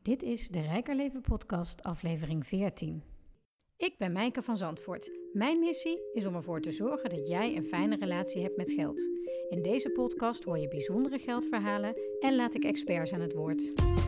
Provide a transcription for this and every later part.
Dit is de Rijker Leven podcast, aflevering 14. Ik ben Mijke van Zandvoort. Mijn missie is om ervoor te zorgen dat jij een fijne relatie hebt met geld. In deze podcast hoor je bijzondere geldverhalen en laat ik experts aan het woord.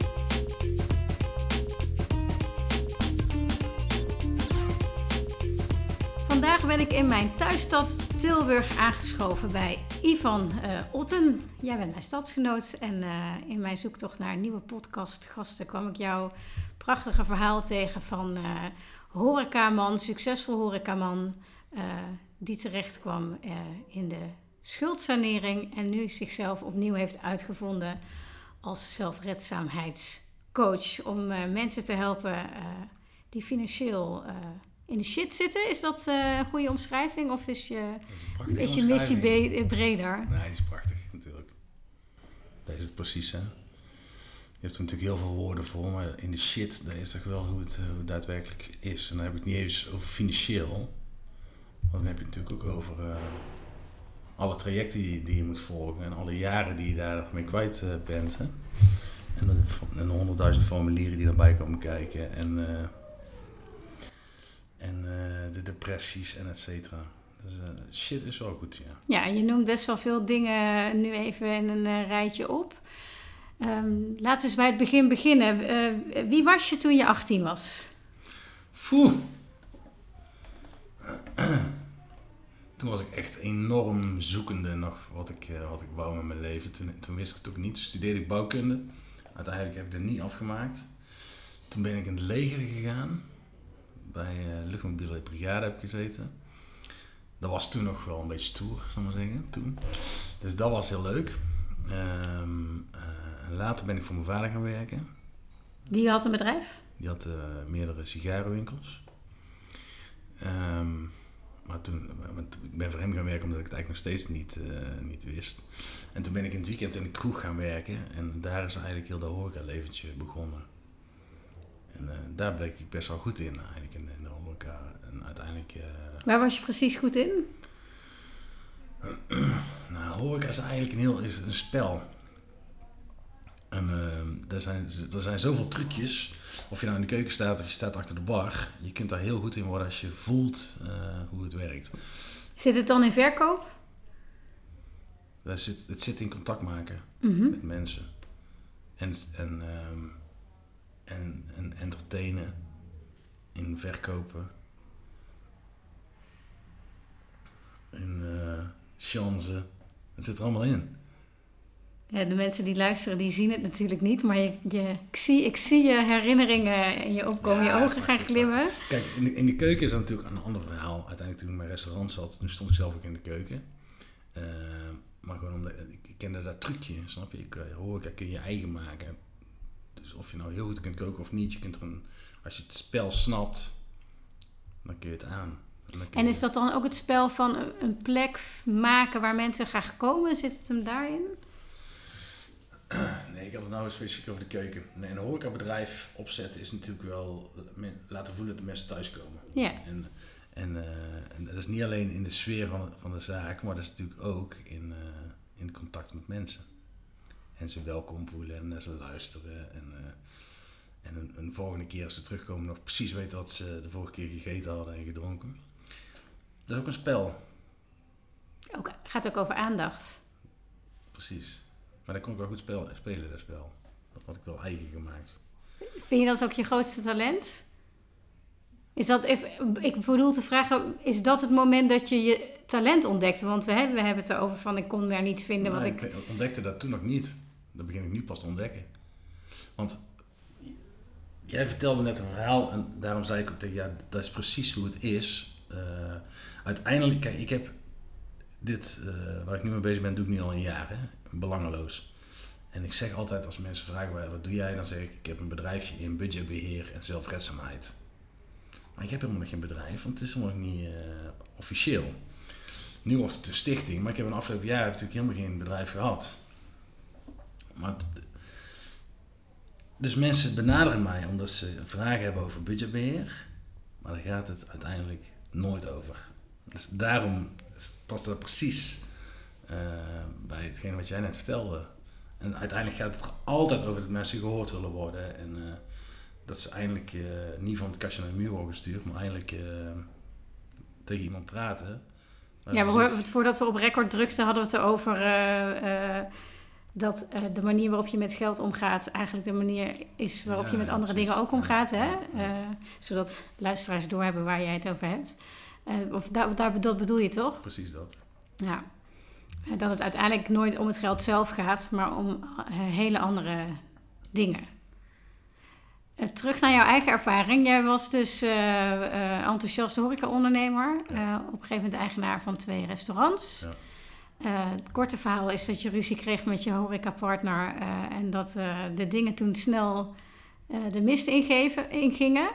Vandaag ben ik in mijn thuisstad Tilburg aangeschoven bij Ivan Otten. Jij bent mijn stadsgenoot en in mijn zoektocht naar nieuwe podcastgasten kwam ik jouw prachtige verhaal tegen van horecaman, succesvol horecaman, die terecht kwam in de schuldsanering en nu zichzelf opnieuw heeft uitgevonden als zelfredzaamheidscoach om mensen te helpen die financieel in de shit zitten. Is dat een goede omschrijving of is je missie breder? Nee, die is prachtig natuurlijk. Dat is het precies, hè. Je hebt er natuurlijk heel veel woorden voor, maar in de shit, dat is toch wel hoe het daadwerkelijk is. En dan heb ik het niet eens over financieel, want dan heb je het natuurlijk ook over alle trajecten die je moet volgen en alle jaren die je daar mee kwijt bent. Hè. En 100.000 formulieren die erbij komen kijken en de depressies en et cetera. Dus shit is wel goed, ja. Ja, je noemt best wel veel dingen nu even in een rijtje op. Laten we eens bij het begin beginnen. Wie was je toen je 18 was? Toen was ik echt enorm zoekende nog wat ik wou met mijn leven. Toen wist ik het ook niet. Toen studeerde ik bouwkunde. Uiteindelijk heb ik dat niet afgemaakt. Toen ben ik in het leger gegaan. Bij luchtmobiele brigade heb ik gezeten. Dat was toen nog wel een beetje stoer, zal ik maar zeggen. Toen. Dus dat was heel leuk. En later ben ik voor mijn vader gaan werken. Die had een bedrijf? Die had meerdere sigarenwinkels. Maar toen, ik ben voor hem gaan werken omdat ik het eigenlijk nog steeds niet wist. En toen ben ik in het weekend in de kroeg gaan werken. En daar is eigenlijk heel dat horeca-leventje begonnen. En daar bleek ik best wel goed in eigenlijk in de horeca. En uiteindelijk... Waar was je precies goed in? Nou, horeca is eigenlijk een spel. En er zijn zoveel trucjes. Of je nou in de keuken staat of je staat achter de bar. Je kunt daar heel goed in worden als je voelt hoe het werkt. Zit het dan in verkoop? Het zit in contact maken met mensen. En entertainen. In verkopen. In chansen. Het zit er allemaal in. Ja, de mensen die luisteren, die zien het natuurlijk niet. Maar ik zie je herinneringen in je opkomen, je ogen gaan glimmen. Prachtig. Kijk, in de keuken is dat natuurlijk een ander verhaal. Uiteindelijk toen ik in mijn restaurant zat, toen stond ik zelf ook in de keuken. Maar gewoon omdat ik kende dat trucje, snap je? Horeca kun je eigen maken. Dus of je nou heel goed kunt koken of niet, je kunt als je het spel snapt, dan kun je het aan. En is dat dan ook het spel van een plek maken waar mensen graag komen? Zit het hem daarin? Nee, ik had het nou specifiek over de keuken. Nee, een horecabedrijf opzetten is natuurlijk wel laten voelen dat de mensen thuiskomen. Ja. En dat is niet alleen in de sfeer van de zaak, maar dat is natuurlijk ook in contact met mensen. En ze welkom voelen en ze luisteren. En een volgende keer als ze terugkomen nog precies weten wat ze de vorige keer gegeten hadden en gedronken. Dat is ook een spel. Gaat ook over aandacht. Precies. Maar dat kon ik wel goed spelen, dat spel. Dat had ik wel eigen gemaakt. Vind je dat ook je grootste talent? Is dat, ik bedoel te vragen, is dat het moment dat je je talent ontdekte? Want we hebben het erover van, ik kon daar niet vinden wat ik... Ik ontdekte dat toen nog niet. Dat begin ik nu pas te ontdekken. Want jij vertelde net een verhaal en daarom zei ik ook tegen jou, dat is precies hoe het is. Uiteindelijk, kijk, ik heb dit, waar ik nu mee bezig ben, doe ik nu al een jaar, hè? Belangeloos. En ik zeg altijd als mensen vragen, wat doe jij? Dan zeg ik heb een bedrijfje in budgetbeheer en zelfredzaamheid. Maar ik heb helemaal nog geen bedrijf, want het is helemaal nog niet officieel. Nu wordt het een stichting, maar ik heb een afgelopen jaar natuurlijk helemaal geen bedrijf gehad. Dus mensen benaderen mij omdat ze vragen hebben over budgetbeheer, maar daar gaat het uiteindelijk nooit over. Dus daarom past dat precies bij hetgeen wat jij net vertelde. En uiteindelijk gaat het er altijd over dat mensen gehoord willen worden. dat ze eindelijk niet van het kastje naar de muur worden gestuurd, maar eindelijk tegen iemand praten. Voordat we op record drukten hadden we het erover dat de manier waarop je met geld omgaat eigenlijk de manier is waarop je met andere dingen ook omgaat. Hè? Zodat luisteraars doorhebben waar jij het over hebt. Dat bedoel je toch? Precies dat. Ja. Dat het uiteindelijk nooit om het geld zelf gaat, maar om hele andere dingen. Terug naar jouw eigen ervaring. Jij was dus enthousiast horeca-ondernemer. Op een gegeven moment eigenaar van 2 restaurants. Ja. Het korte verhaal is dat je ruzie kreeg met je horecapartner en dat de dingen toen snel de mist ingingen.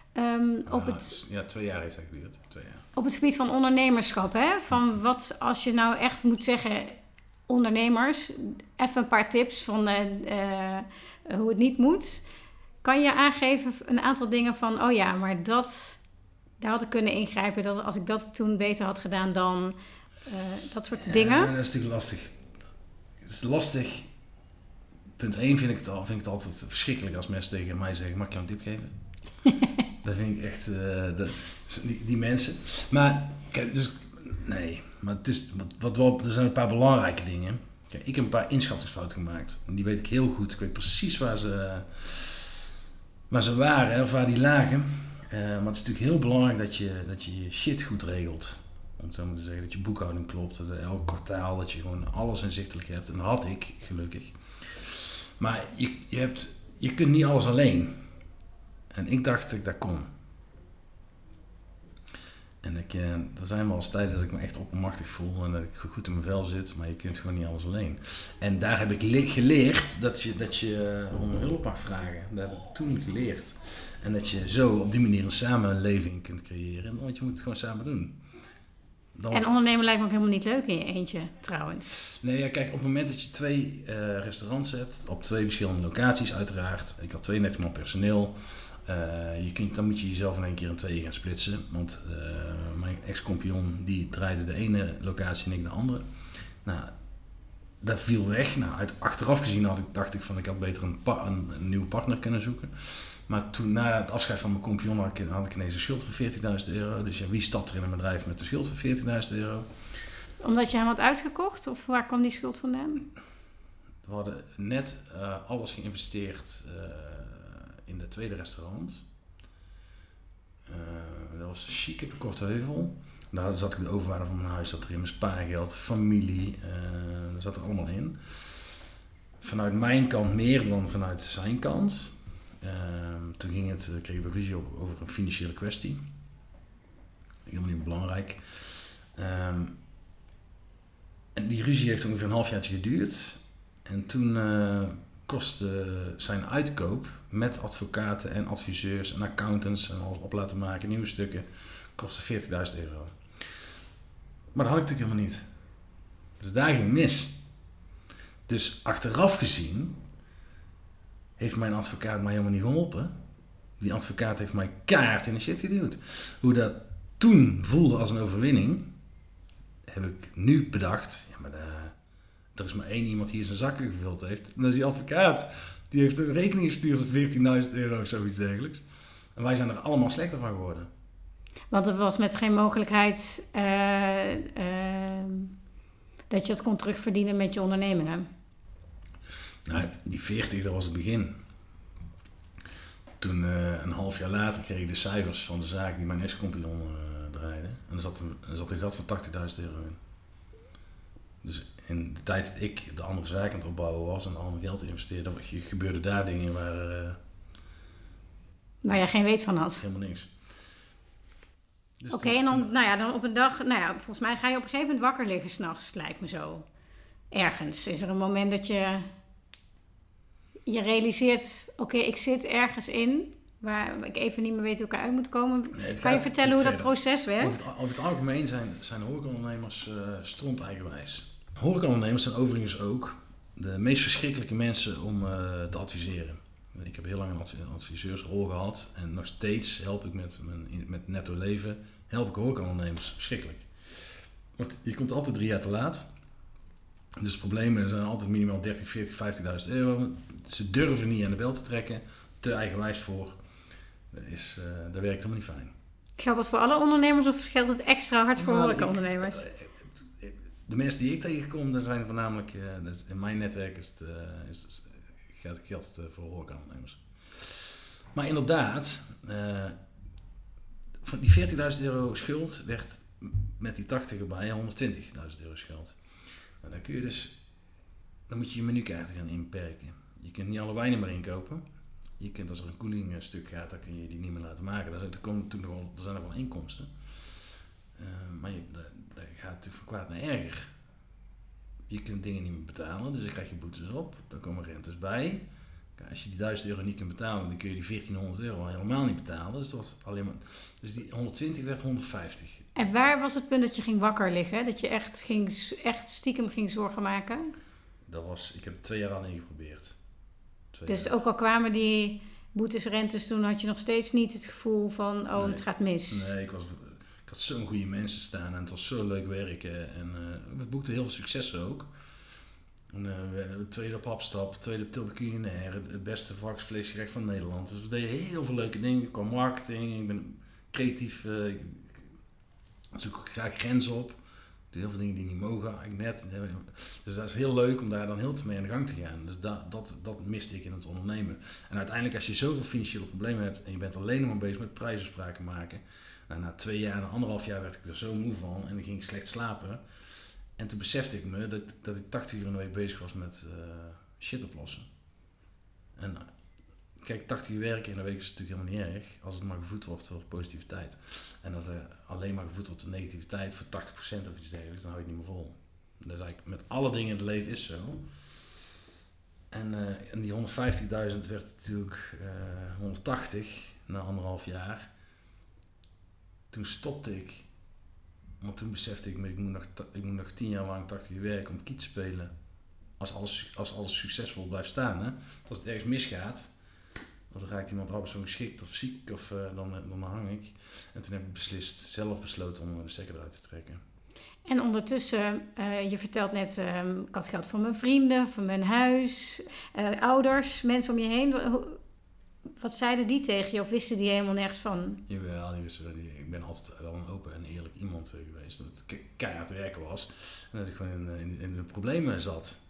2 jaar heeft dat geduurd. 2 jaar. Op het gebied van ondernemerschap, hè? Van wat als je nou echt moet zeggen, ondernemers, even een paar tips van hoe het niet moet. Kan je aangeven een aantal dingen van, maar daar had ik kunnen ingrijpen. Dat als ik dat toen beter had gedaan dan dat soort dingen. Dat is natuurlijk lastig. Het is lastig. Punt 1 vind ik het altijd verschrikkelijk als mensen tegen mij zeggen, mag ik jou een tip geven? Dat vind ik echt, die mensen. Maar, kijk, dus, nee, maar het is, er zijn een paar belangrijke dingen. Kijk, ik heb een paar inschattingsfouten gemaakt. En die weet ik heel goed. Ik weet precies waar ze waren of waar die lagen. Maar het is natuurlijk heel belangrijk dat je je shit goed regelt. Om het zo maar te zeggen, dat je boekhouding klopt. Elk kwartaal, dat je gewoon alles inzichtelijk hebt. En dat had ik, gelukkig. Maar je kunt niet alles alleen. En ik dacht dat ik dat kon. En er zijn wel eens tijden dat ik me echt oppermachtig voel en dat ik goed in mijn vel zit, maar je kunt gewoon niet alles alleen. En daar heb ik geleerd dat je om hulp mag vragen. Dat heb ik toen geleerd. En dat je zo op die manier een samenleving kunt creëren, want je moet het gewoon samen doen. En ondernemen lijkt me ook helemaal niet leuk in je eentje, trouwens. Nee, ja, kijk, op het moment dat je 2 restaurants hebt, op 2 verschillende locaties uiteraard. Ik had 32 man personeel. Dan moet je jezelf in één keer in 2 gaan splitsen. Want mijn ex-compagnon die draaide de ene locatie en ik de andere. Nou, dat viel weg. Nou, achteraf gezien dacht ik van ik had beter een nieuwe partner kunnen zoeken. Maar toen na het afscheid van mijn compagnon had ik ineens een schuld van €40.000. Dus ja, wie stapt er in een bedrijf met een schuld van €40.000? Omdat je hem had uitgekocht? Of waar kwam die schuld vandaan? We hadden net alles geïnvesteerd in de tweede restaurant. Dat was chic op de Kortheuvel. Daar zat ik de overwaarde van mijn huis, zat er in, mijn spaargeld, familie, daar zat er allemaal in. Vanuit mijn kant meer dan vanuit zijn kant. Toen kregen we ruzie over een financiële kwestie. Helemaal niet belangrijk. En die ruzie heeft ongeveer een halfjaartje geduurd. En toen kostte zijn uitkoop met advocaten en adviseurs en accountants en alles op laten maken, nieuwe stukken, kostte €40.000. Maar dat had ik natuurlijk helemaal niet. Dus daar ging mis. Dus achteraf gezien heeft mijn advocaat mij helemaal niet geholpen. Die advocaat heeft mij keihard in de shit geduwd. Hoe dat toen voelde als een overwinning, heb ik nu bedacht, ja, maar er is maar 1 iemand die zijn zakken gevuld heeft. En dat is die advocaat. Die heeft een rekening gestuurd van €14.000 of zoiets dergelijks. En wij zijn er allemaal slechter van geworden. Want er was met geen mogelijkheid dat je het kon terugverdienen met je ondernemingen. Nou, die 40, dat was het begin. Toen, een half jaar later, kreeg ik de cijfers van de zaak die mijn ex-compagnon draaide. En er zat een gat van €80.000 in. Dus in de tijd dat ik de andere zaak aan het opbouwen was en allemaal geld investeerde, gebeurden daar dingen waar jij geen weet van had. Helemaal niks. Dus Oké, en dan op een dag, volgens mij ga je op een gegeven moment wakker liggen 's nachts, lijkt me zo. Ergens is er een moment dat je realiseert, oké, ik zit ergens in waar ik even niet meer weet hoe ik eruit moet komen. Kan je vertellen hoe dat proces werkt? Over het algemeen zijn horecaondernemers stront-eigenwijs. Horecaondernemers zijn overigens ook de meest verschrikkelijke mensen om te adviseren. Ik heb heel lang een adviseursrol gehad en nog steeds help ik met Netto Leven, help ik horecaondernemers. Verschrikkelijk. Want je komt altijd 3 jaar te laat. Dus problemen zijn altijd minimaal €30, €40, €50.000. Ze durven niet aan de bel te trekken. te eigenwijs voor. Dat werkt helemaal niet fijn. Geldt dat voor alle ondernemers of geldt het extra hard voor horeca-ondernemers? De mensen die ik tegenkom, dat zijn voornamelijk, dus in mijn netwerk geldt het voor horeca-ondernemers. Maar inderdaad, van die €40.000 schuld werd met die 80 erbij €120.000 schuld. En dan moet je je menukaarten gaan inperken. Je kunt niet alle wijnen meer inkopen. Je kunt, als er een koelingstuk gaat, dan kun je die niet meer laten maken. Er zijn nog wel inkomsten. Maar dat gaat natuurlijk van kwaad naar erger. Je kunt dingen niet meer betalen, dus dan krijg je boetes op. Dan komen rentes bij. Als je die €1.000 niet kunt betalen, dan kun je die €1.400 helemaal niet betalen. Dus die 120 werd 150. En waar was het punt dat je ging wakker liggen? Dat je echt stiekem ging zorgen maken? Ik heb 2 jaar alleen geprobeerd. Dus ook al kwamen die boetes, rentes, toen had je nog steeds niet het gevoel van, nee, het gaat mis. Nee, ik had zo'n goede mensen staan en het was zo leuk werken. En we boekten heel veel successen ook. We tweede op Hapstap, tweede op Tilburg Culinaire, het beste varkensvleesgerecht van Nederland. Dus we deden heel veel leuke dingen qua marketing. Ik ben creatief, ik zoek ook graag grenzen op. Ik doe heel veel dingen die niet mogen, net. Dus dat is heel leuk om daar dan heel te mee aan de gang te gaan. Dus dat miste ik in het ondernemen. En uiteindelijk, als je zoveel financiële problemen hebt en je bent alleen maar bezig met prijsafspraken maken. Nou, na 2 jaar, na 1,5 jaar werd ik er zo moe van en dan ging ik slecht slapen. En toen besefte ik me dat ik 80 uur in de week bezig was met shit oplossen. En kijk, 80 uur werken in de week is natuurlijk helemaal niet erg, als het maar gevoed wordt door positiviteit. En als er alleen maar gevoed wordt door negativiteit voor 80% of iets dergelijks, dan hou je het niet meer vol. Dat is eigenlijk met alle dingen in het leven is zo. En die 150.000 werd natuurlijk 180 na 1,5 jaar. Toen stopte ik. Want toen besefte ik me, ik moet nog 10 jaar lang 80 uur werken om kiet te spelen. Als alles succesvol blijft staan. Hè? Als het ergens misgaat, of dan raakt iemand arbeidsongeschikt of ziek, of dan hang ik. En toen heb ik zelf besloten om de stekker eruit te trekken. En ondertussen, je vertelt net, ik had geld van mijn vrienden, van mijn huis, ouders, mensen om je heen. Wat zeiden die tegen je of wisten die helemaal nergens van? Jawel, ik ben altijd wel een open en eerlijk iemand geweest. Dat het keihard werken was en dat ik gewoon in de problemen zat.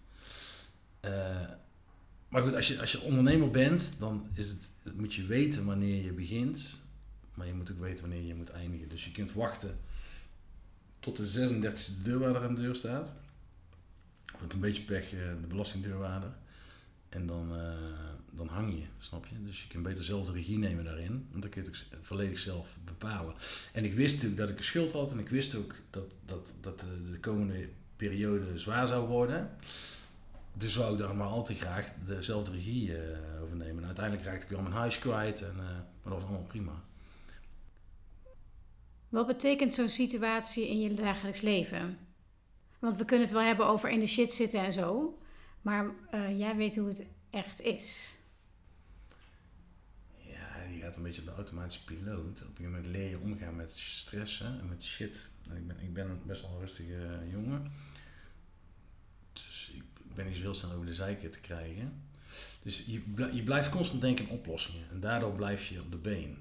Maar goed, als je ondernemer bent, dan moet je weten wanneer je begint. Maar je moet ook weten wanneer je moet eindigen. Dus je kunt wachten tot de 36e deurwaarder aan de deur staat. Met een beetje pech de belastingdeurwaarder. En dan hang je, snap je? Dus je kunt beter zelf de regie nemen daarin. Want dan kun je het volledig zelf bepalen. En ik wist natuurlijk dat ik een schuld had. En ik wist ook dat de komende periode zwaar zou worden. Dus wou ik daar maar al te graag dezelfde regie over nemen. En uiteindelijk raakte ik wel mijn huis kwijt. Maar dat was allemaal prima. Wat betekent zo'n situatie in je dagelijks leven? Want we kunnen het wel hebben over in de shit zitten en zo. Maar jij weet hoe het echt is. Ja, je gaat een beetje op de automatische piloot. Op een gegeven moment leer je omgaan met stress en met shit. En ik ben best wel een rustige jongen. Dus ik ben niet zo heel snel over de zeiken te krijgen. Dus je blijft constant denken aan oplossingen. En daardoor blijf je op de been.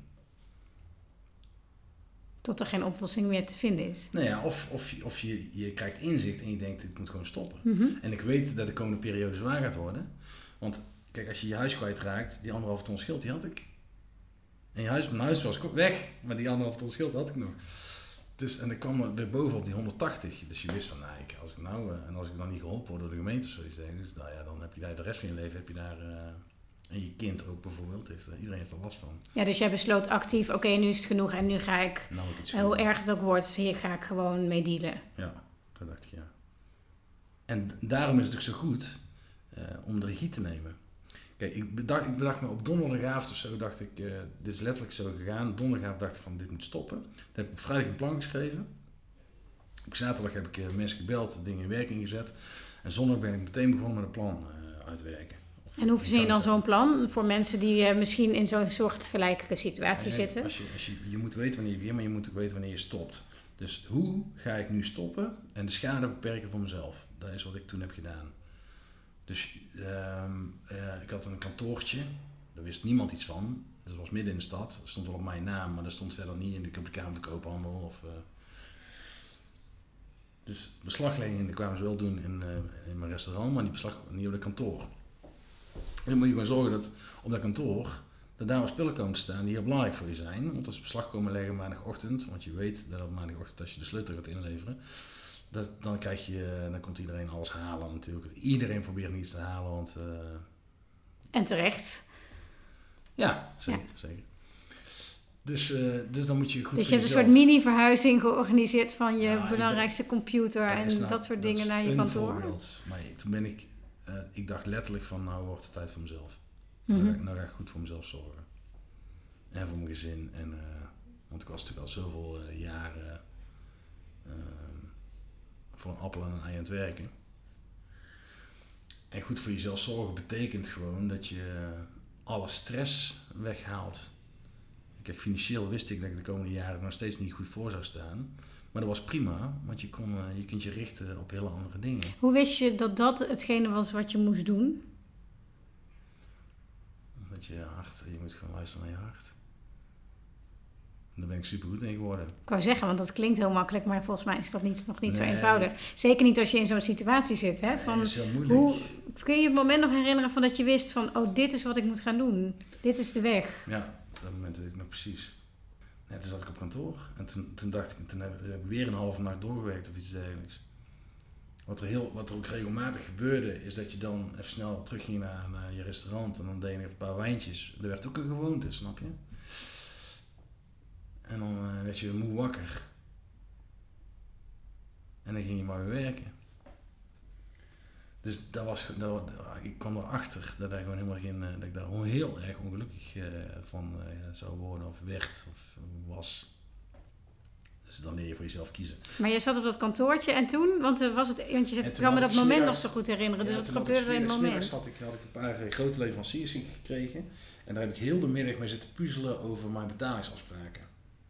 Tot er geen oplossing meer te vinden is. Nou ja, of je krijgt inzicht en je denkt, dit moet gewoon stoppen. Mm-hmm. En ik weet dat de komende periode zwaar gaat worden. Want kijk, als je je huis kwijtraakt, die 1,5 ton schuld, die had ik. En mijn huis was weg, maar die 1,5 ton schuld had ik nog. Dus, en ik kwam weer bovenop die 180. Dus je wist van, als ik dan niet geholpen word door de gemeente of zoiets, dus, dan heb je daar de rest van je leven, en je kind ook bijvoorbeeld, iedereen heeft er last van. Ja, dus jij besloot actief, oké, nu is het genoeg en nu ga ik, hoe erg het ook wordt, hier ga ik gewoon mee dealen. Ja, dat dacht ik, ja. En daarom is het ook zo goed om de regie te nemen. Kijk, ik bedacht me op donderdagavond of zo, dacht ik, dit is letterlijk zo gegaan. Donderdagavond dacht ik van, dit moet stoppen. Dan heb ik op vrijdag een plan geschreven. Op zaterdag heb ik mensen gebeld, dingen in werking gezet. En zondag ben ik meteen begonnen met een plan uitwerken. En hoe verzin je dan zo'n plan voor mensen die misschien in zo'n soortgelijke situatie zitten? Je moet weten wanneer je begint, maar je moet ook weten wanneer je stopt. Dus hoe ga ik nu stoppen en de schade beperken voor mezelf? Dat is wat ik toen heb gedaan. Dus ik had een kantoortje, Daar wist niemand iets van. Dus het was midden in de stad. Dat stond wel op mijn naam, maar dat stond verder niet in de Kamer van Koophandel. Dus beslagleggingen kwamen ze wel doen in mijn restaurant, maar niet op het kantoor. En dan moet je gewoon zorgen dat op dat kantoor, dat daar wel spullen komen te staan die heel belangrijk voor je zijn. Want als ze beslag komen leggen maandagochtend, want je weet dat op maandagochtend als je de sleutel gaat inleveren, dan komt iedereen alles halen natuurlijk. Iedereen probeert niets te halen, want... En terecht. Ja, zeker. Dus dan moet je goed. Dus je hebt een soort mini-verhuizing georganiseerd van je belangrijkste computer en dat soort dingen naar je kantoor. Voorbeeld. Maar toen ik dacht letterlijk van, nou wordt het tijd voor mezelf. Mm-hmm. Nou ga ik goed voor mezelf zorgen. En voor mijn gezin. Want ik was natuurlijk al zoveel jaren voor een appel en een ei aan het werken. En goed voor jezelf zorgen betekent gewoon dat je alle stress weghaalt. Kijk, financieel wist ik dat ik de komende jaren nog steeds niet goed voor zou staan. Maar dat was prima, want je kunt je richten op hele andere dingen. Hoe wist je dat hetgene was wat je moest doen? Omdat je moet gewoon luisteren naar je hart. En daar ben ik super goed in geworden. Ik wou zeggen, want dat klinkt heel makkelijk, maar volgens mij is dat nog niet zo eenvoudig. Zeker niet als je in zo'n situatie zit. Hè? Dat is heel moeilijk. Kun je het moment nog herinneren van dat je wist van, dit is wat ik moet gaan doen. Dit is de weg. Ja, op dat moment weet ik nog precies. Net toen zat ik op kantoor en toen heb ik weer een halve nacht doorgewerkt of iets dergelijks. Wat er ook regelmatig gebeurde, is dat je dan even snel terugging naar je restaurant en dan deed je even een paar wijntjes. Dat werd ook een gewoonte, snap je? En dan werd je moe wakker. En dan ging je maar weer werken. Dus ik kwam erachter dat ik gewoon helemaal dat ik daar gewoon heel erg ongelukkig van zou worden of werd of was. Dus dan leer je voor jezelf kiezen. Maar je zat op dat kantoortje en toen, want je kan me dat moment nog zo goed herinneren. Dus wat gebeurde er in het moment? Had ik een paar grote leveranciers gekregen en daar heb ik heel de middag mee zitten puzzelen over mijn betalingsafspraken.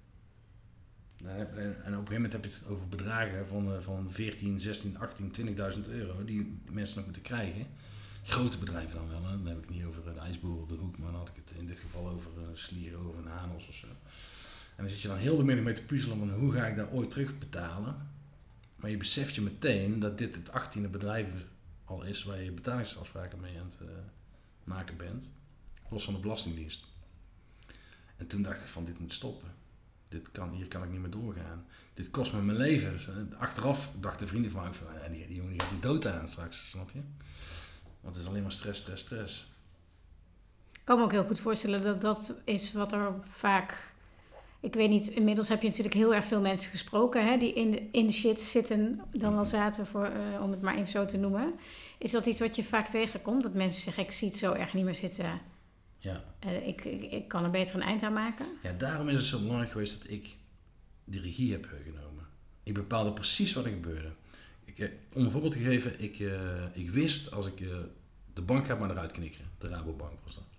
En op een gegeven moment heb je het over bedragen van 14, 16, 18, 20.000 euro die mensen nog moeten krijgen. Grote bedrijven dan wel, hè? Dan heb ik het niet over de ijsboer op de hoek, maar dan had ik het in dit geval over Slieren, over een Hanos of zo. En dan zit je dan heel de middag mee te puzzelen van hoe ga ik daar ooit terugbetalen. Maar je beseft je meteen dat dit het 18e bedrijf al is waar je betalingsafspraken mee aan het maken bent. Los van de Belastingdienst. En toen dacht ik van dit moet stoppen. Hier kan ik niet meer doorgaan. Dit kost me mijn leven. Achteraf dachten vrienden van mij die jongen die gaat die dood aan straks, snap je? Want het is alleen maar stress. Ik kan me ook heel goed voorstellen dat is wat er vaak... Ik weet niet, inmiddels heb je natuurlijk heel erg veel mensen gesproken, hè, die in de shit zitten, dan wel zaten, om het maar even zo te noemen. Is dat iets wat je vaak tegenkomt? Dat mensen zeggen, ik zie het zo erg niet meer zitten. Ja. Ik kan er beter een eind aan maken. Ja, daarom is het zo belangrijk geweest dat ik de regie heb genomen. Ik bepaalde precies wat er gebeurde. Om een voorbeeld te geven, ik wist als ik de bank ga maar eruit knikkeren. De Rabobank was dat.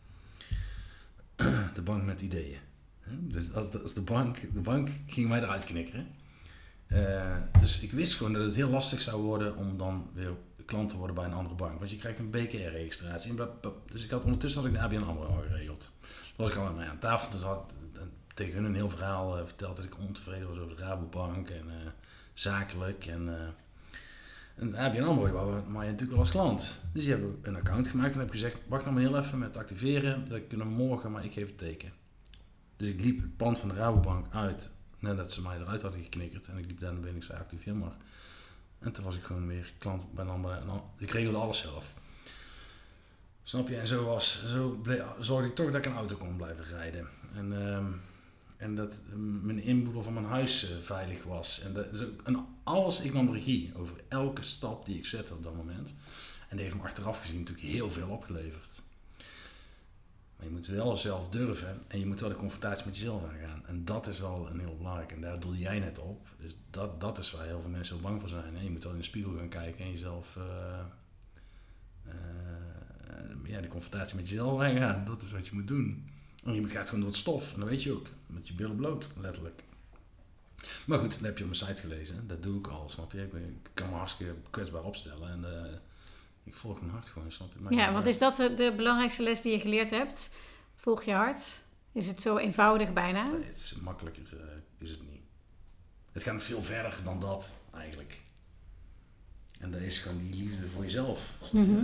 De bank met ideeën. Dus als de bank ging mij eruit knikkeren. Dus ik wist gewoon dat het heel lastig zou worden om dan weer klant te worden bij een andere bank. Want je krijgt een BKR-registratie. Dus ondertussen had ik de ABN AMRO al geregeld. Toen was ik al aan tafel, dus had tegen hun een heel verhaal verteld dat ik ontevreden was over de Rabobank en zakelijk. En ABN AMRO wou mij natuurlijk wel als klant. Dus die hebben een account gemaakt en heb ik gezegd, wacht nog maar heel even met activeren. Dat kunnen we morgen, maar ik geef het teken. Dus ik liep het pand van de Rabobank uit, nadat ze mij eruit hadden geknikkerd. En ik liep daar naar binnen, ik zei activeer maar. En toen was ik gewoon weer klant bij een andere. En ik regelde alles zelf. Snap je? En zorgde ik toch dat ik een auto kon blijven rijden. En dat mijn inboedel van mijn huis veilig was. En alles, ik nam regie over elke stap die ik zette op dat moment. En die heeft me achteraf gezien natuurlijk heel veel opgeleverd. Maar je moet wel zelf durven en je moet wel de confrontatie met jezelf aangaan. En dat is wel een heel belangrijk. En daar doelde jij net op. Dus dat is waar heel veel mensen heel bang voor zijn. Hè? Je moet wel in de spiegel gaan kijken en jezelf... de confrontatie met jezelf aangaan. Dat is wat je moet doen. En je gaat gewoon door het stof. En dat weet je ook. Met je billen bloot, letterlijk. Maar goed, dat heb je op mijn site gelezen. Dat doe ik al, snap je? Ik kan me hartstikke kwetsbaar opstellen. En ik volg mijn hart gewoon, snap je? Want is dat de belangrijkste les die je geleerd hebt? Volg je hart? Is het zo eenvoudig bijna? Nee, het is makkelijker is het niet. Het gaat veel verder dan dat eigenlijk. En dat is gewoon die liefde voor jezelf. Mm-hmm.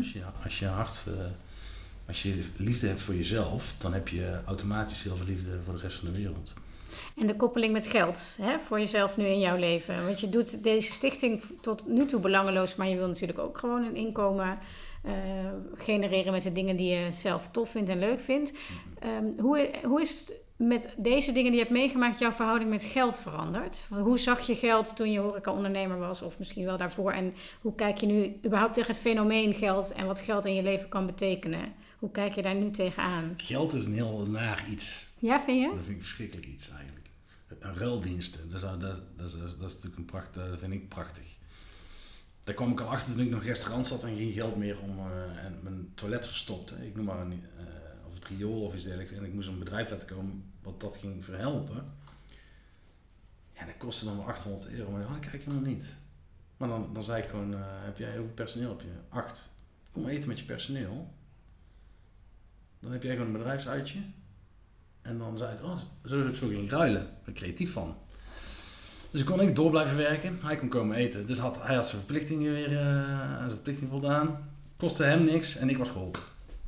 Als je liefde hebt voor jezelf, dan heb je automatisch heel veel liefde voor de rest van de wereld. En de koppeling met geld, hè, voor jezelf nu in jouw leven. Want je doet deze stichting tot nu toe belangeloos, maar je wil natuurlijk ook gewoon een inkomen genereren met de dingen die je zelf tof vindt en leuk vindt. Hoe is het met deze dingen die je hebt meegemaakt, jouw verhouding met geld veranderd? Hoe zag je geld toen je horeca-ondernemer was, of misschien wel daarvoor? En hoe kijk je nu überhaupt tegen het fenomeen geld en wat geld in je leven kan betekenen? Hoe kijk je daar nu tegenaan? Geld is een heel naar iets. Ja, vind je? Dat vind ik verschrikkelijk iets eigenlijk. Een ruildiensten, dat is natuurlijk dat vind ik prachtig. Daar kwam ik al achter toen ik nog in een restaurant zat en geen geld meer om en mijn toilet verstopte. Ik noem maar of het riool of iets dergelijks. En ik moest een bedrijf laten komen wat dat ging verhelpen. Ja, dat kostte dan wel €800, maar dat kijk je nog niet. Maar dan zei ik gewoon, hoeveel personeel heb je? 8. Kom eten met je personeel. Dan heb jij gewoon een bedrijfsuitje. En dan zei hij, zo ging ik ruilen. Daar ben ik creatief van. Dus ik kon door blijven werken. Hij kon komen eten. Dus hij had zijn verplichtingen weer zijn verplichting voldaan. Kostte hem niks en ik was geholpen.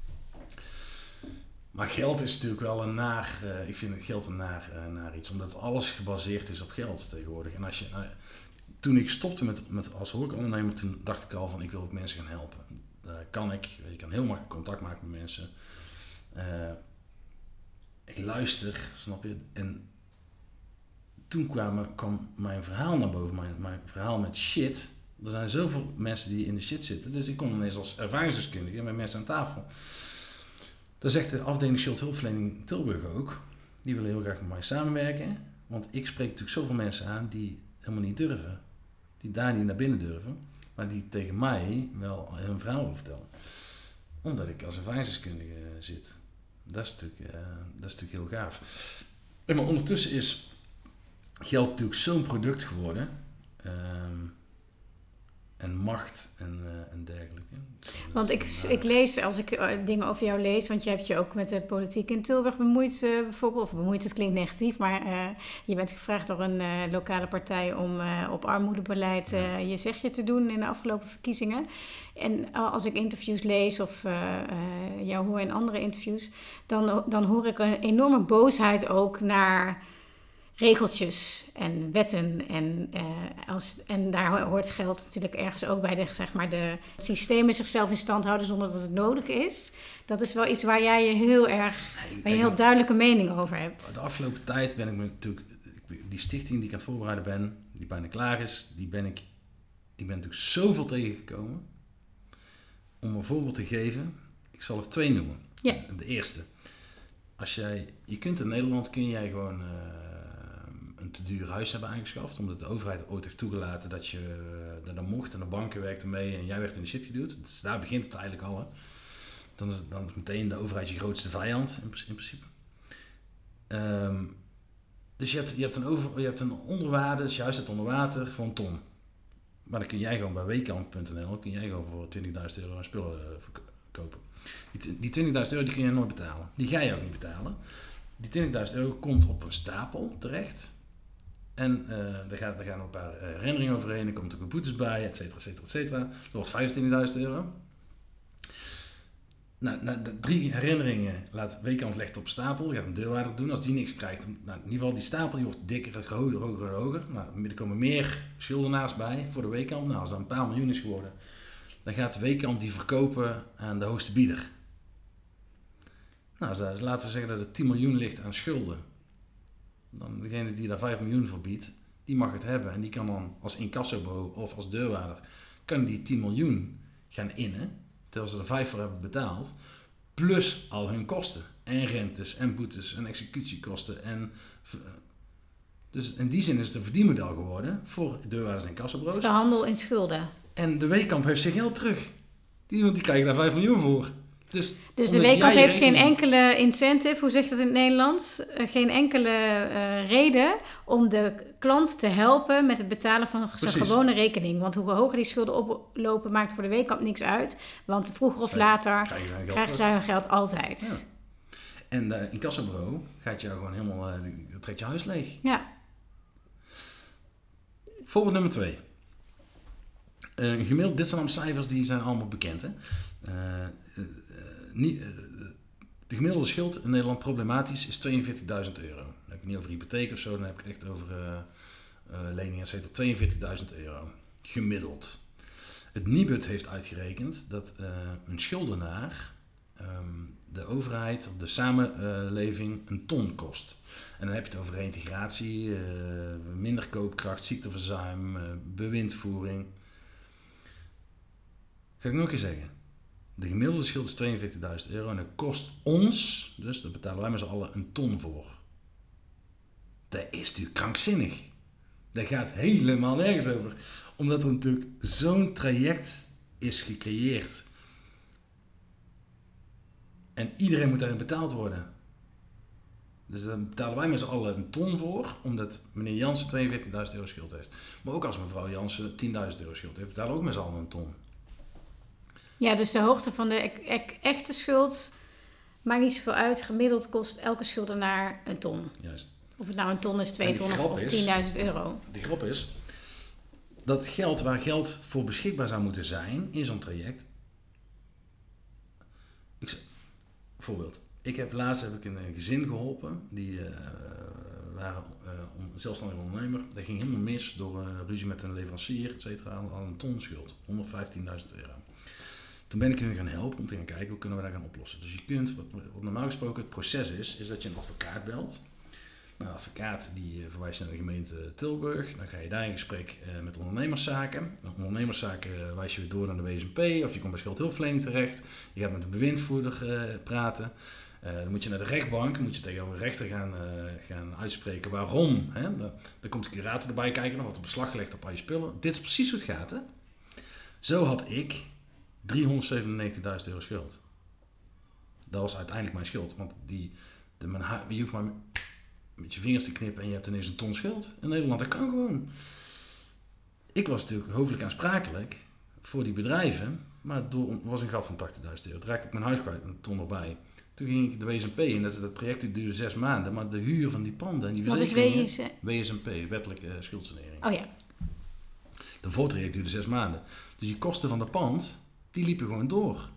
Maar geld is natuurlijk wel een naar... ik vind geld een naar iets. Omdat alles gebaseerd is op geld tegenwoordig. En toen ik stopte met als horecaondernemer, toen dacht ik al van ik wil ook mensen gaan helpen. Kan ik. Je kan heel makkelijk contact maken met mensen. Ik luister, snap je? En toen kwam mijn verhaal naar boven, mijn verhaal met shit. Er zijn zoveel mensen die in de shit zitten, dus ik kon ineens als ervaringsdeskundige met mensen aan tafel. Dat zegt de afdeling schuldhulpverlening Tilburg ook. Die willen heel graag met mij samenwerken, want ik spreek natuurlijk zoveel mensen aan die helemaal niet durven. Die daar niet naar binnen durven, maar die tegen mij wel hun verhaal willen vertellen. Omdat ik als ervaringsdeskundige zit. Dat is natuurlijk heel gaaf. Maar ondertussen is geld natuurlijk zo'n product geworden. En macht en dergelijke. Want ik lees, als ik dingen over jou lees, want je hebt je ook met de politiek in Tilburg bemoeid bijvoorbeeld. Of bemoeid, het klinkt negatief, maar je bent gevraagd door een lokale partij om op armoedebeleid je zegje te doen in de afgelopen verkiezingen. En als ik interviews lees of jou hoor in andere interviews, dan hoor ik een enorme boosheid ook naar regeltjes en wetten. En daar hoort geld natuurlijk ergens ook bij de systemen zichzelf in stand houden zonder dat het nodig is. Dat is wel iets waar jij je heel duidelijke mening over hebt. De afgelopen tijd ben ik natuurlijk, die stichting die ik aan het voorbereiden ben, die bijna klaar is, ik ben natuurlijk zoveel tegengekomen. Om een voorbeeld te geven, ik zal er 2 noemen. Ja. De eerste. Je kunt in Nederland gewoon een te duur huis hebben aangeschaft, omdat de overheid ooit heeft toegelaten dat je dat mocht en de banken werkten mee en jij werd in de shit geduwd. Dus daar begint het eigenlijk al. Hè. Dan is meteen de overheid je grootste vijand in principe. Dus je hebt een onderwaarde, dus je huis staat onder water voor een ton. Maar dan kun jij gewoon bij weekamp.nl voor €20.000 aan spullen kopen. Die €20.000 die kun je nooit betalen. Die ga je ook niet betalen. Die €20.000 komt op een stapel terecht. En daar gaan een paar herinneringen overheen. Er komen natuurlijk boetes bij, et cetera, et cetera, et cetera. Dat wordt €25.000. Nou, na 3 herinneringen laat Weekamp legt op een stapel. Je gaat een deurwaarder doen. Als die niks krijgt, in ieder geval die stapel die wordt dikker, hoger en hoger. Nou, er komen meer schuldenaars bij voor de Weekamp. Nou, als dat een paar miljoen is geworden, dan gaat de Weekamp die verkopen aan de hoogste bieder. Nou, laten we zeggen dat er 10 miljoen ligt aan schulden. Dan degene die daar 5 miljoen voor biedt, die mag het hebben. En die kan dan als incassobureau of als deurwaarder, kan die 10 miljoen gaan innen. Terwijl ze er 5 voor hebben betaald. Plus al hun kosten. En rentes en boetes en executiekosten. Dus in die zin is het een verdienmodel geworden voor deurwaarders en incassobureaus. Dus de handel in schulden. En de Weekamp heeft zijn geld terug. Die krijgen daar 5 miljoen voor. Dus de Weekamp heeft geen enkele incentive, hoe zeg je dat in het Nederlands? Geen enkele reden om de klant te helpen met het betalen van zijn gewone rekening. Want hoe hoger die schulden oplopen, maakt voor de Weekamp niks uit. Want vroeger of later krijgen zij hun geld altijd. En de incassobureau gaat jou gewoon helemaal, trekt je huis leeg. Ja. Voorbeeld nummer 2. Gemiddeld, dit zijn allemaal cijfers die zijn allemaal bekend. Hè? De gemiddelde schuld in Nederland problematisch is €42.000. Dan heb ik niet over hypotheek of zo, dan heb ik het echt over leningen, et cetera. €42.000 gemiddeld. Het Nibud heeft uitgerekend dat een schuldenaar de overheid of de samenleving een ton kost. En dan heb je het over reintegratie, minder koopkracht, ziekteverzuim, bewindvoering. Ga ik nog een keer zeggen. De gemiddelde schuld is €42.000 en dat kost ons, dus daar betalen wij met z'n allen een ton voor. Dat is natuurlijk krankzinnig. Dat gaat helemaal nergens over. Omdat er natuurlijk zo'n traject is gecreëerd. En iedereen moet daarin betaald worden. Dus daar betalen wij met z'n allen een ton voor, omdat meneer Jansen €42.000 schuld heeft. Maar ook als mevrouw Jansen €10.000 schuld heeft, betalen we ook met z'n allen een ton. Ja, dus de hoogte van de echte schuld maakt niet zoveel uit. Gemiddeld kost elke schuldenaar een ton. Juist. Of het nou een ton is, 2 ton of €10.000. De grap is, dat geld waar geld voor beschikbaar zou moeten zijn in zo'n traject. Bijvoorbeeld, laatst heb ik een gezin geholpen, die waren zelfstandig ondernemer. Dat ging helemaal mis door ruzie met een leverancier, et cetera, aan een ton schuld, €115.000. Toen ben ik hen gaan helpen om te gaan kijken hoe kunnen we dat gaan oplossen. Dus je kunt, wat normaal gesproken het proces is dat je een advocaat belt. Nou, een advocaat die verwijst naar de gemeente Tilburg. Dan ga je daar in gesprek met ondernemerszaken. De ondernemerszaken wijs je weer door naar de WSMP of je komt bij schuldhulpverlening terecht. Je gaat met de bewindvoerder praten. Dan moet je naar de rechtbank, moet je tegenover de rechter gaan uitspreken waarom. Hè? Dan komt de curator erbij kijken, dan wordt er beslag gelegd op al je spullen. Dit is precies hoe het gaat. Hè? Zo had ik €397.000 schuld. Dat was uiteindelijk mijn schuld. Want je hoeft maar met je vingers te knippen en je hebt ineens een ton schuld. In Nederland, dat kan gewoon. Ik was natuurlijk hoofdelijk aansprakelijk voor die bedrijven. Maar er was een gat van €80.000. Toen raakte ik mijn huis kwijt, een ton erbij. Toen ging ik de WSMP in. Dat traject duurde 6 maanden. Maar de huur van die panden en die verzekeringen... Wat is WSMP, wettelijke schuldsanering. Oh ja. De voortraject duurde 6 maanden. Dus die kosten van de pand, die liepen gewoon door.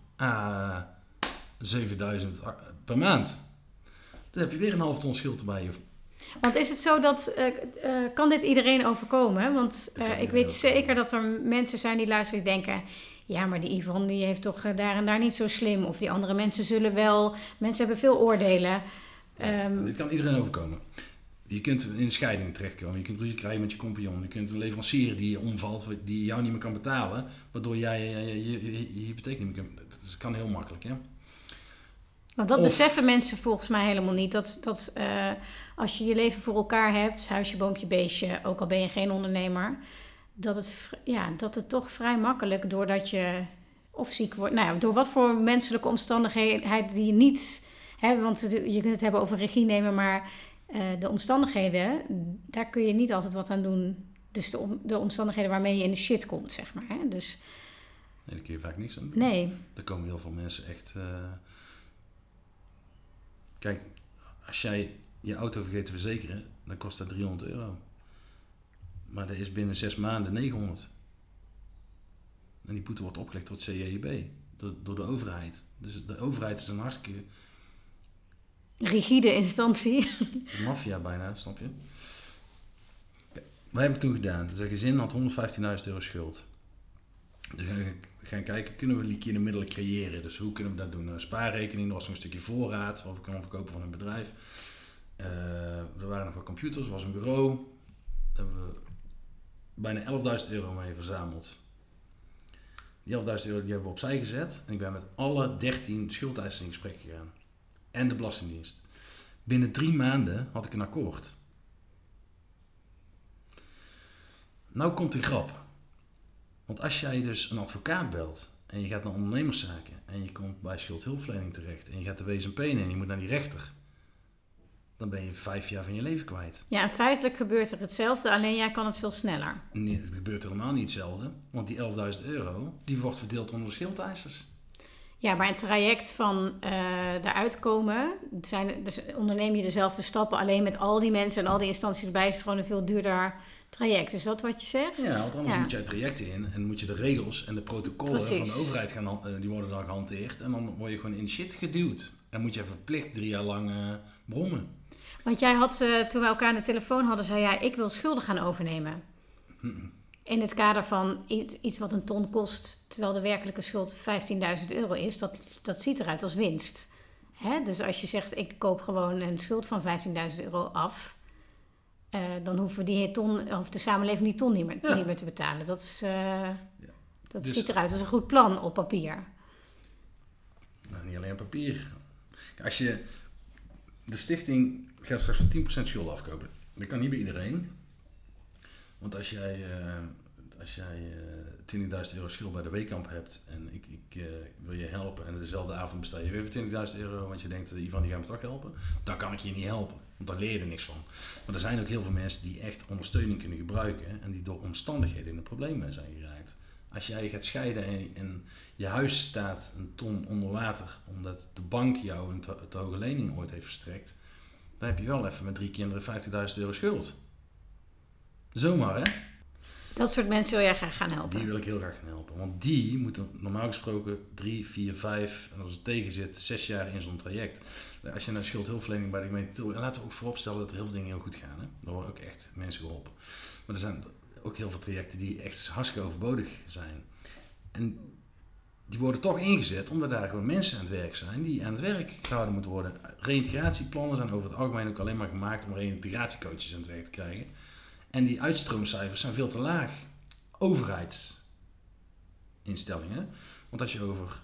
€7.000 per maand. Dan heb je weer een half ton schuld erbij. Want is het zo dat, kan dit iedereen overkomen? Want ik weet zeker dat er mensen zijn die luisteren die denken... Ja, maar die Yvonne die heeft toch daar en daar niet zo slim. Of die andere mensen zullen wel... Mensen hebben veel oordelen. Dit kan iedereen overkomen. Je kunt in een scheiding terechtkomen. Je kunt ruzie krijgen met je compagnon. Je kunt een leverancier die omvalt, die jou niet meer kan betalen. Waardoor jij je hypotheek niet meer kan... Dat kan heel makkelijk, hè? Want dat beseffen mensen volgens mij helemaal niet. Dat als je je leven voor elkaar hebt, huisje, boompje, beestje, ook al ben je geen ondernemer, dat het toch vrij makkelijk, doordat je of ziek wordt, nou ja, door wat voor menselijke omstandigheden die je niet, hè, want je kunt het hebben over regie nemen, maar de omstandigheden, daar kun je niet altijd wat aan doen. Dus de omstandigheden waarmee je in de shit komt, zeg maar. Hè? Dus, nee, daar kun je vaak niks aan doen. Nee. Er komen heel veel mensen echt... Kijk, als jij je auto vergeet te verzekeren, dan kost dat €300. Maar dat is binnen 6 maanden 900. En die boete wordt opgelegd door het CJIB, door de overheid. Dus de overheid is een hartstikke... rigide instantie. De maffia bijna, snap je? Kijk, wat heb ik toen gedaan? Dus dat gezin had €115.000 schuld. Dus we gaan kijken, kunnen we liquide middelen creëren? Dus hoe kunnen we dat doen? Een spaarrekening, er was nog een stukje voorraad, wat we kunnen verkopen van een bedrijf. Er waren nog wat computers, er was een bureau. Daar hebben we bijna €11.000 mee verzameld. Die €11.000 die hebben we opzij gezet. En ik ben met alle 13 schuldeisers in gesprek gegaan. En de Belastingdienst. Binnen 3 maanden had ik een akkoord. Nou komt de grap. Want als jij dus een advocaat belt en je gaat naar ondernemerszaken en je komt bij schuldhulpverlening terecht en je gaat de WSMP in en je moet naar die rechter, dan ben je 5 jaar van je leven kwijt. Ja, en feitelijk gebeurt er hetzelfde, alleen jij kan het veel sneller. Nee, het gebeurt helemaal niet hetzelfde, want die €11.000 die wordt verdeeld onder de schuldeisers. Ja, maar het traject van eruit komen, dus onderneem je dezelfde stappen, alleen met al die mensen en al die instanties erbij, is het gewoon een veel duurder traject. Is dat wat je zegt? Ja, want anders moet je het traject in en moet je de regels en de protocollen van de overheid die worden dan gehanteerd. En dan word je gewoon in shit geduwd. Dan moet je verplicht 3 jaar lang brommen. Want jij had, toen we elkaar aan de telefoon hadden, zei jij, ik wil schulden gaan overnemen. In het kader van iets wat een ton kost, terwijl de werkelijke schuld €15.000 is, dat ziet eruit als winst. Hè? Dus als je zegt, ik koop gewoon een schuld van €15.000 af, dan hoeven we die ton, of de samenleving die ton niet meer te betalen. Dat dus ziet eruit als een goed plan op papier. Nou, niet alleen op papier. Als je de stichting gaat straks van 10% schuld afkopen. Dat kan niet bij iedereen. Want als jij €20.000 schuld bij de Weekamp hebt en ik wil je helpen en dezelfde avond besta je weer voor €20.000, want je denkt, Ivan die gaat me toch helpen, dan kan ik je niet helpen, want daar leer je er niks van. Maar er zijn ook heel veel mensen die echt ondersteuning kunnen gebruiken en die door omstandigheden in de problemen zijn geraakt. Als jij gaat scheiden en je huis staat een ton onder water omdat de bank jou een te hoge lening ooit heeft verstrekt, dan heb je wel even met 3 kinderen €50.000 schuld. Zomaar, hè? Dat soort mensen wil jij graag gaan helpen? Die wil ik heel graag gaan helpen. Want die moeten normaal gesproken 3, 4, 5, en als het tegen zit, 6 jaar in zo'n traject. Als je naar schuldhulpverlening bij de gemeente toe... En laten we ook vooropstellen dat er heel veel dingen heel goed gaan. Hè? Daar worden ook echt mensen geholpen. Maar er zijn ook heel veel trajecten die echt hartstikke overbodig zijn. En die worden toch ingezet omdat daar gewoon mensen aan het werk zijn die aan het werk gehouden moeten worden. Reïntegratieplannen zijn over het algemeen ook alleen maar gemaakt om reïntegratiecoaches aan het werk te krijgen. En die uitstroomcijfers zijn veel te laag. Overheidsinstellingen. Want als je over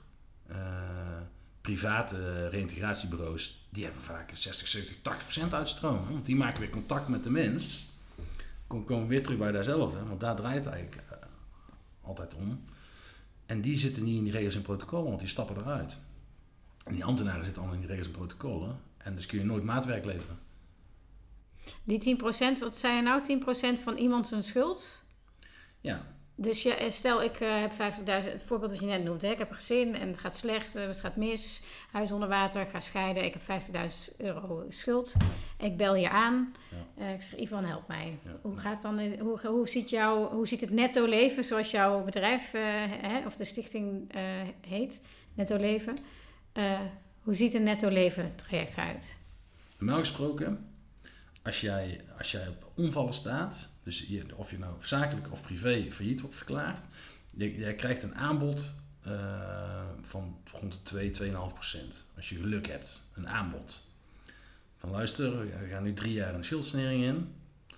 private reïntegratiebureaus, die hebben vaak 60, 70, 80% uitstroom. Want die maken weer contact met de mens. Komen weer terug bij daarzelfde. Want daar draait het eigenlijk altijd om. En die zitten niet in die regels en protocollen, want die stappen eruit. En die ambtenaren zitten allemaal in die regels en protocollen. En dus kun je nooit maatwerk leveren. Die 10%, wat zei je nou? 10% van iemand zijn schuld? Ja. Dus stel ik heb 50.000, het voorbeeld dat je net noemt. Hè? Ik heb een gezin en het gaat slecht, het gaat mis. Huis onder water, ik ga scheiden. Ik heb €50.000 schuld. Ik bel je aan. Ja. Ik zeg, Ivan, help mij. Ja. Hoe gaat dan? Hoe ziet het netto leven, zoals jouw bedrijf of de stichting heet, netto leven. Hoe ziet een netto leven traject uit? Normaal gesproken, als jij op omvallen staat, dus of je nou zakelijk of privé failliet wordt verklaard, jij krijgt een aanbod van rond de 2,5%. Als je geluk hebt, een aanbod. Van luister, we gaan nu 3 jaar een schuldsanering in.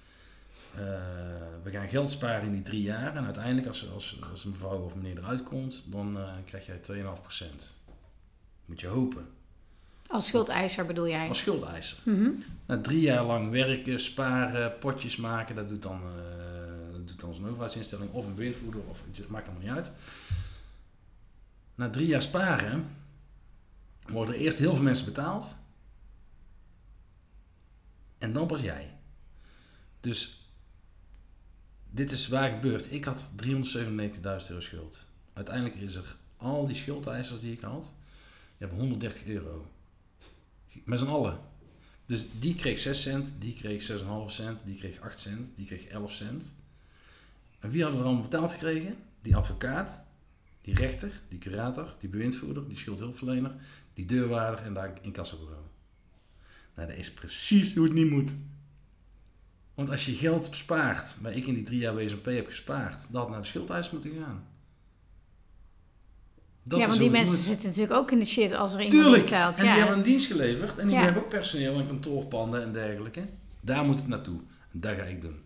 We gaan geld sparen in die 3 jaar en uiteindelijk als een mevrouw of meneer eruit komt, dan krijg jij 2,5%. Moet je hopen. Als schuldeiser bedoel jij? Als schuldeiser. Mm-hmm. 3 jaar lang werken, sparen, potjes maken, dat doet dan zo'n overheidsinstelling of een bewindvoerder of iets, maakt allemaal niet uit. Na 3 jaar sparen worden er eerst heel veel mensen betaald en dan pas jij. Dus dit is waar gebeurd. Ik had €397.000 schuld. Uiteindelijk is er al die schuldeisers die ik had, die hebben €130. Met z'n allen. Dus die kreeg 6 cent, die kreeg 6,5 cent, die kreeg 8 cent, die kreeg 11 cent. En wie hadden er allemaal betaald gekregen? Die advocaat, die rechter, die curator, die bewindvoerder, die schuldhulpverlener, die deurwaarder en daar incassobureau. Nou, dat is precies hoe het niet moet. Want als je geld spaart, waar ik in die 3 jaar WSMP heb gespaard, dat had naar de schuldeiser moeten gaan. Dat want die mensen zitten natuurlijk ook in de shit als er iemand betaalt. En die hebben een dienst geleverd. En die hebben ook personeel en kantoorpanden en dergelijke. Daar moet het naartoe. En dat ga ik doen.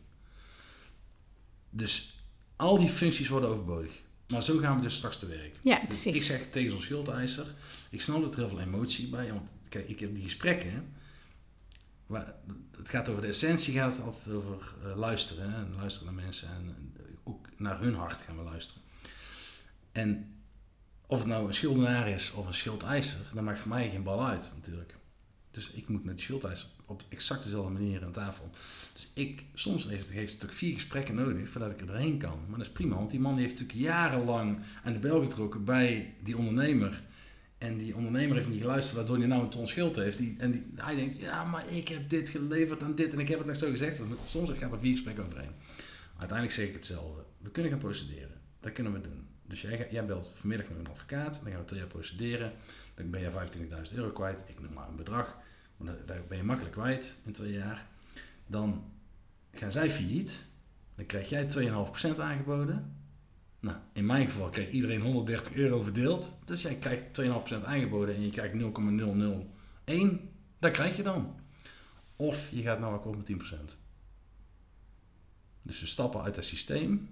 Dus al die functies worden overbodig. Maar zo gaan we dus straks te werk. Ja, dus precies. Ik zeg tegen zo'n schuldeiser. Ik snap dat er heel veel emotie bij. Want kijk, ik heb die gesprekken. Maar het gaat over de essentie. Gaat het altijd over luisteren. Hè? En luisteren naar mensen. En ook naar hun hart gaan we luisteren. En of het nou een schuldenaar is of een schuldeiser, dat maakt voor mij geen bal uit natuurlijk. Dus ik moet met de schuldeiser op exact dezelfde manier aan tafel. Dus soms heeft het ook 4 gesprekken nodig voordat ik er doorheen kan. Maar dat is prima, want die man die heeft natuurlijk jarenlang aan de bel getrokken bij die ondernemer En die ondernemer heeft niet geluisterd, waardoor hij nou een ton schuld heeft. Hij denkt, ja, maar ik heb dit geleverd en dit en ik heb het nog zo gezegd. Soms gaat er 4 gesprekken overheen. Uiteindelijk zeg ik hetzelfde. We kunnen gaan procederen. Dat kunnen we doen. Dus jij belt vanmiddag met een advocaat. Dan gaan we 2 jaar procederen. Dan ben je €25.000 kwijt. Ik noem maar een bedrag. Maar daar ben je makkelijk kwijt in 2 jaar. Dan gaan zij failliet. Dan krijg jij 2,5% aangeboden. Nou, in mijn geval kreeg iedereen €130 verdeeld. Dus jij krijgt 2,5% aangeboden en je krijgt 0,001. Dat krijg je dan. Of je gaat nou akkoord met 10%. Dus we stappen uit het systeem.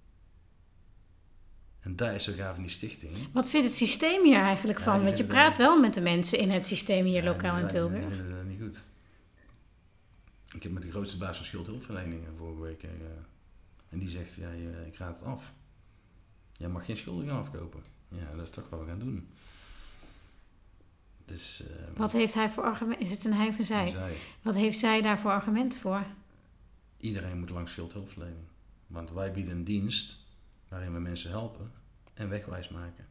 En daar is zo gaaf in die stichting. Wat vindt het systeem hier eigenlijk van? Want je praat wel met de mensen in het systeem hier lokaal in Tilburg. Die vinden dat niet goed. Ik heb met de grootste baas van schuldhulpverlening vorige week. En die zegt, ja, ik raad het af. Jij mag geen schulden gaan afkopen. Ja, dat is toch wat we gaan doen. Dus, wat heeft hij voor argument? Is het een hij of zij? Wat heeft zij daar voor argument voor? Iedereen moet langs schuldhulpverlening. Want wij bieden een dienst waarin we mensen helpen en wegwijs maken.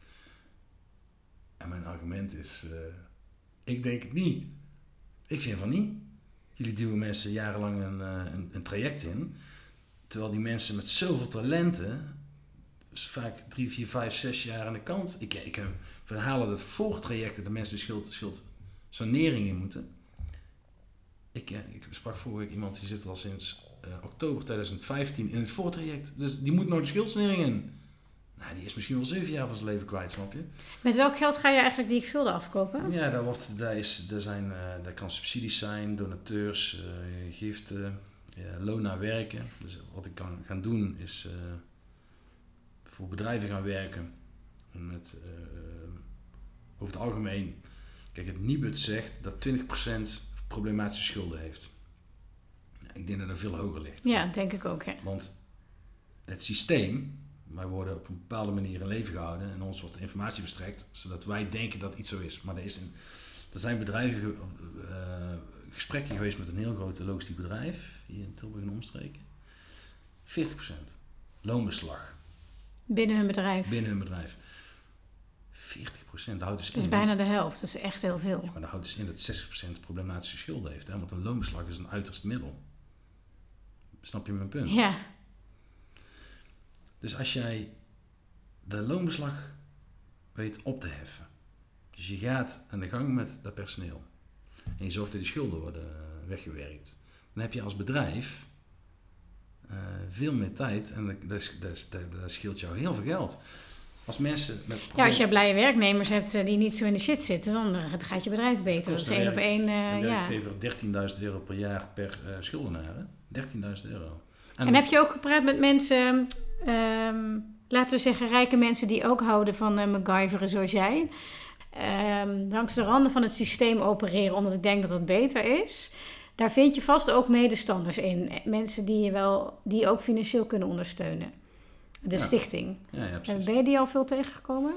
En mijn argument is, ik denk het niet. Ik vind van niet. Jullie duwen mensen jarenlang een traject in, terwijl die mensen met zoveel talenten, vaak 3, 4, 5, 6 jaar aan de kant. Ik heb verhalen dat voor trajecten de mensen schuldsanering in moeten. Ik sprak vorige week iemand die zit er al sinds oktober 2015 in het voortraject. Dus die moet nog de schuldsanering in. Nou, die is misschien wel 7 jaar van zijn leven kwijt, snap je? Met welk geld ga je eigenlijk die schulden afkopen? Ja, daar kan subsidies zijn, donateurs, giften, loon naar werken. Dus wat ik kan gaan doen is voor bedrijven gaan werken. Met, over het algemeen, kijk, het Nibud zegt dat 20% problematische schulden heeft. Ik denk dat dat veel hoger ligt. Ja, denk ik ook. Hè. Want het systeem, wij worden op een bepaalde manier in leven gehouden en ons wordt informatie verstrekt, zodat wij denken dat iets zo is. Maar er zijn bedrijven, gesprekken geweest met een heel groot logistiek bedrijf, hier in Tilburg en omstreken. 40% loonbeslag. Binnen hun bedrijf? Binnen hun bedrijf. 40%, dat houdt dus in. Dat is bijna de helft, dat is echt heel veel. Ja, maar dat houdt dus in dat 60% problematische schulden heeft. Hè? Want een loonbeslag is een uiterste middel. Snap je mijn punt? Ja. Dus als jij de loonbeslag weet op te heffen. Dus je gaat aan de gang met dat personeel. En je zorgt dat die schulden worden weggewerkt. Dan heb je als bedrijf veel meer tijd. En dat scheelt jou heel veel geld. Als mensen met als je blije werknemers hebt die niet zo in de shit zitten, dan gaat je bedrijf beter. Dat is 1 op 1. Een werkgever €13.000 per jaar per schuldenaar. €13.000. En heb je ook gepraat met mensen, laten we zeggen rijke mensen die ook houden van MacGyveren zoals jij. Langs de randen van het systeem opereren omdat ik denk dat dat beter is. Daar vind je vast ook medestanders in. Mensen die ook financieel kunnen ondersteunen. De stichting. Ja, precies. Ben je die al veel tegengekomen?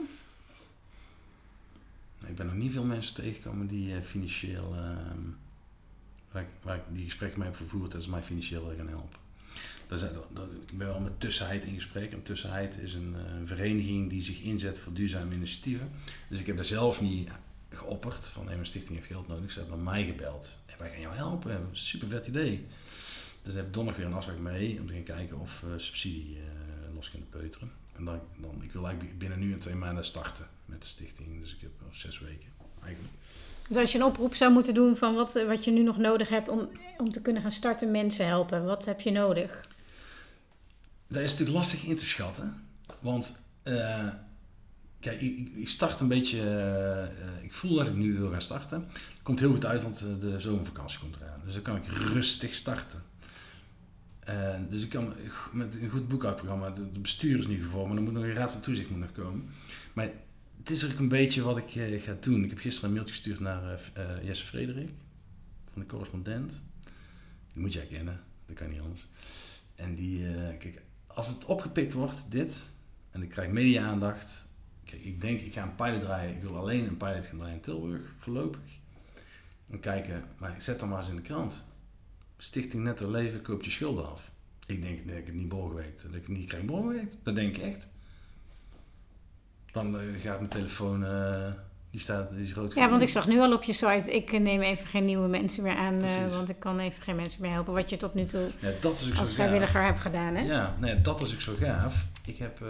Ik ben nog niet veel mensen tegengekomen die financieel, waar ik die gesprekken mee heb gevoerd, dat ze mij financieel gaan helpen. Ik ben wel met Tussenheid in gesprek. En Tussenheid is een vereniging die zich inzet voor duurzame initiatieven. Dus ik heb daar zelf niet geopperd van mijn stichting heeft geld nodig. Ze hebben naar mij gebeld. Wij gaan jou helpen, we hebben een super vet idee. Dus heb ik donderdag weer een afspraak mee om te gaan kijken of subsidie los kunnen peuteren. En ik wil eigenlijk binnen nu en 2 maanden starten met de stichting. Dus ik heb 6 weken eigenlijk. Dus als je een oproep zou moeten doen van wat je nu nog nodig hebt om te kunnen gaan starten, mensen helpen. Wat heb je nodig? Dat is natuurlijk lastig in te schatten. Want kijk, ik start een beetje. Ik voel dat ik nu wil gaan starten. Het komt heel goed uit, want de zomervakantie komt eraan. Dus dan kan ik rustig starten. Dus ik kan met een goed boekhoudprogramma, de bestuur is nu gevormd, maar dan moet nog een raad van toezicht komen. Maar het is ook een beetje wat ik ga doen. Ik heb gisteren een mailtje gestuurd naar Jesse Frederik, van de Correspondent. Die moet jij kennen, dat kan niet anders. En kijk, als het opgepikt wordt, dit, en ik krijg media-aandacht. Kijk, ik denk, ik ga een pilot draaien. Ik wil alleen een pilot gaan draaien in Tilburg, voorlopig. En kijken, maar ik zet dan maar eens in de krant. Stichting Netto Leven koopt je schulden af. Ik denk dat ik het niet borgwerkt, dat ik het niet krijg borgwerkt. Dat denk ik echt. Dan gaat mijn telefoon Die is groot. Ja, want ik zag nu al op je site, ik neem even geen nieuwe mensen meer aan, want ik kan even geen mensen meer helpen. Wat je tot nu toe dat is ook als vrijwilliger hebt gedaan, hè? Ja, dat is ook zo gaaf. Ik heb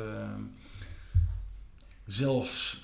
zelfs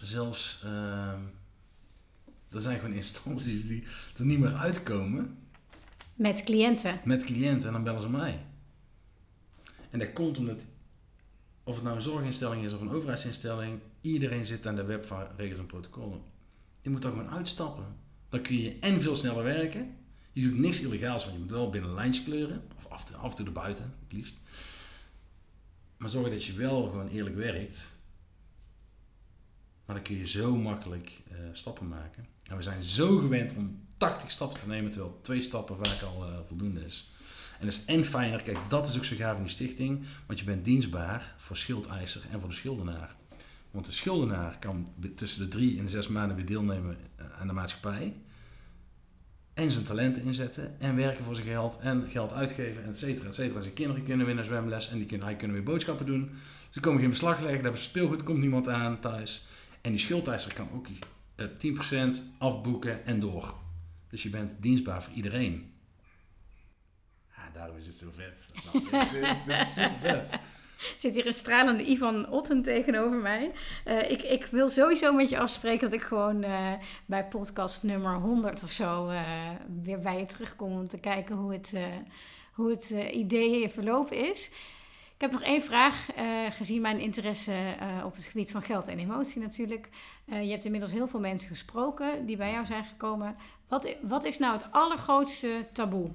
er zijn gewoon instanties die er niet meer uitkomen. Met cliënten? Met cliënten en dan bellen ze mij. En dat komt omdat, of het nou een zorginstelling is of een overheidsinstelling, iedereen zit aan de web van regels en protocollen. Je moet daar gewoon uitstappen. Dan kun je en veel sneller werken. Je doet niks illegaals, want je moet wel binnen lijntjes kleuren. Of af en toe erbuiten, het liefst. Maar zorg dat je wel gewoon eerlijk werkt. Maar dan kun je zo makkelijk stappen maken. En we zijn zo gewend om 80 stappen te nemen, terwijl 2 stappen vaak al voldoende is. En dat is en fijner. Kijk, dat is ook zo gaaf in die stichting. Want je bent dienstbaar voor schuldeiser en voor de schuldenaar. Want de schuldenaar kan tussen de 3 en de 6 maanden weer deelnemen aan de maatschappij. En zijn talenten inzetten. En werken voor zijn geld. En geld uitgeven, et cetera, et cetera. Zijn kinderen kunnen weer naar zwemles. En die kunnen weer boodschappen doen. Ze komen geen beslag leggen. Daar hebben ze speelgoed. Komt niemand aan thuis. En die schuldeiser kan ook 10% afboeken en door. Dus je bent dienstbaar voor iedereen. Daarom is het zo vet. Dit is super vet. Zit hier een stralende Ivan Otten tegenover mij. Ik wil sowieso met je afspreken dat ik gewoon bij podcast nummer 100 of zo weer bij je terugkom om te kijken hoe het idee verlopen is. Ik heb nog 1 vraag, gezien mijn interesse op het gebied van geld en emotie natuurlijk. Je hebt inmiddels heel veel mensen gesproken die bij jou zijn gekomen. Wat is nou het allergrootste taboe?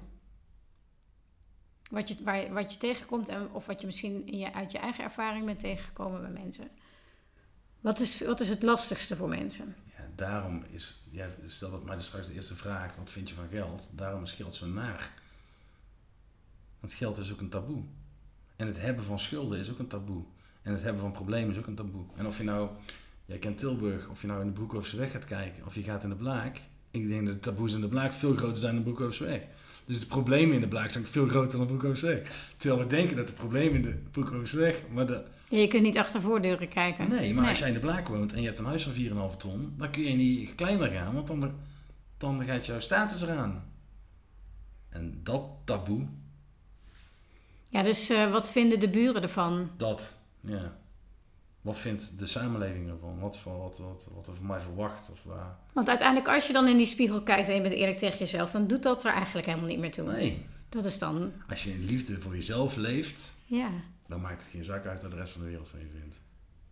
Wat je tegenkomt of wat je misschien uit je eigen ervaring bent tegengekomen bij mensen. Wat is het lastigste voor mensen? Ja, daarom is, jij stelt mij dus straks de eerste vraag, wat vind je van geld? Daarom is geld zo naar. Want geld is ook een taboe. En het hebben van schulden is ook een taboe. En het hebben van problemen is ook een taboe. En of je nou, jij kent Tilburg, of je nou in de Broekhoofsweg gaat kijken, of je gaat in de Blaak. Ik denk dat de taboes in de Blaak veel groter zijn dan de Broekhoofsweg. Dus de problemen in de Blaak zijn veel groter dan de Broekhoofsweg. Terwijl we denken dat de problemen in de Broekhoofsweg... Je kunt niet achter voordeuren kijken. Nee, maar als jij in de Blaak woont en je hebt een huis van 4,5 ton... dan kun je niet kleiner gaan, want dan gaat jouw status eraan. En dat taboe... Ja, dus wat vinden de buren ervan? Dat, ja. Wat vindt de samenleving ervan? Wat er van mij verwacht? Want uiteindelijk als je dan in die spiegel kijkt en je bent eerlijk tegen jezelf... dan doet dat er eigenlijk helemaal niet meer toe. Nee. Dat is dan... Als je in liefde voor jezelf leeft... Ja. Dan maakt het geen zak uit wat de rest van de wereld van je vindt.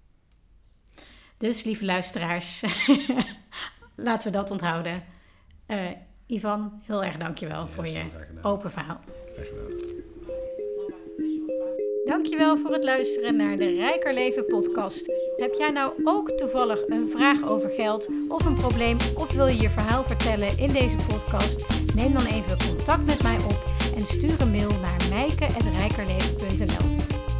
Dus, lieve luisteraars... laten we dat onthouden. Ivan, heel erg dankjewel voor je open verhaal. Graag gedaan. Dankjewel voor het luisteren naar de Rijker Leven podcast. Heb jij nou ook toevallig een vraag over geld of een probleem of wil je je verhaal vertellen in deze podcast? Neem dan even contact met mij op en stuur een mail naar meike@rijkerleven.nl.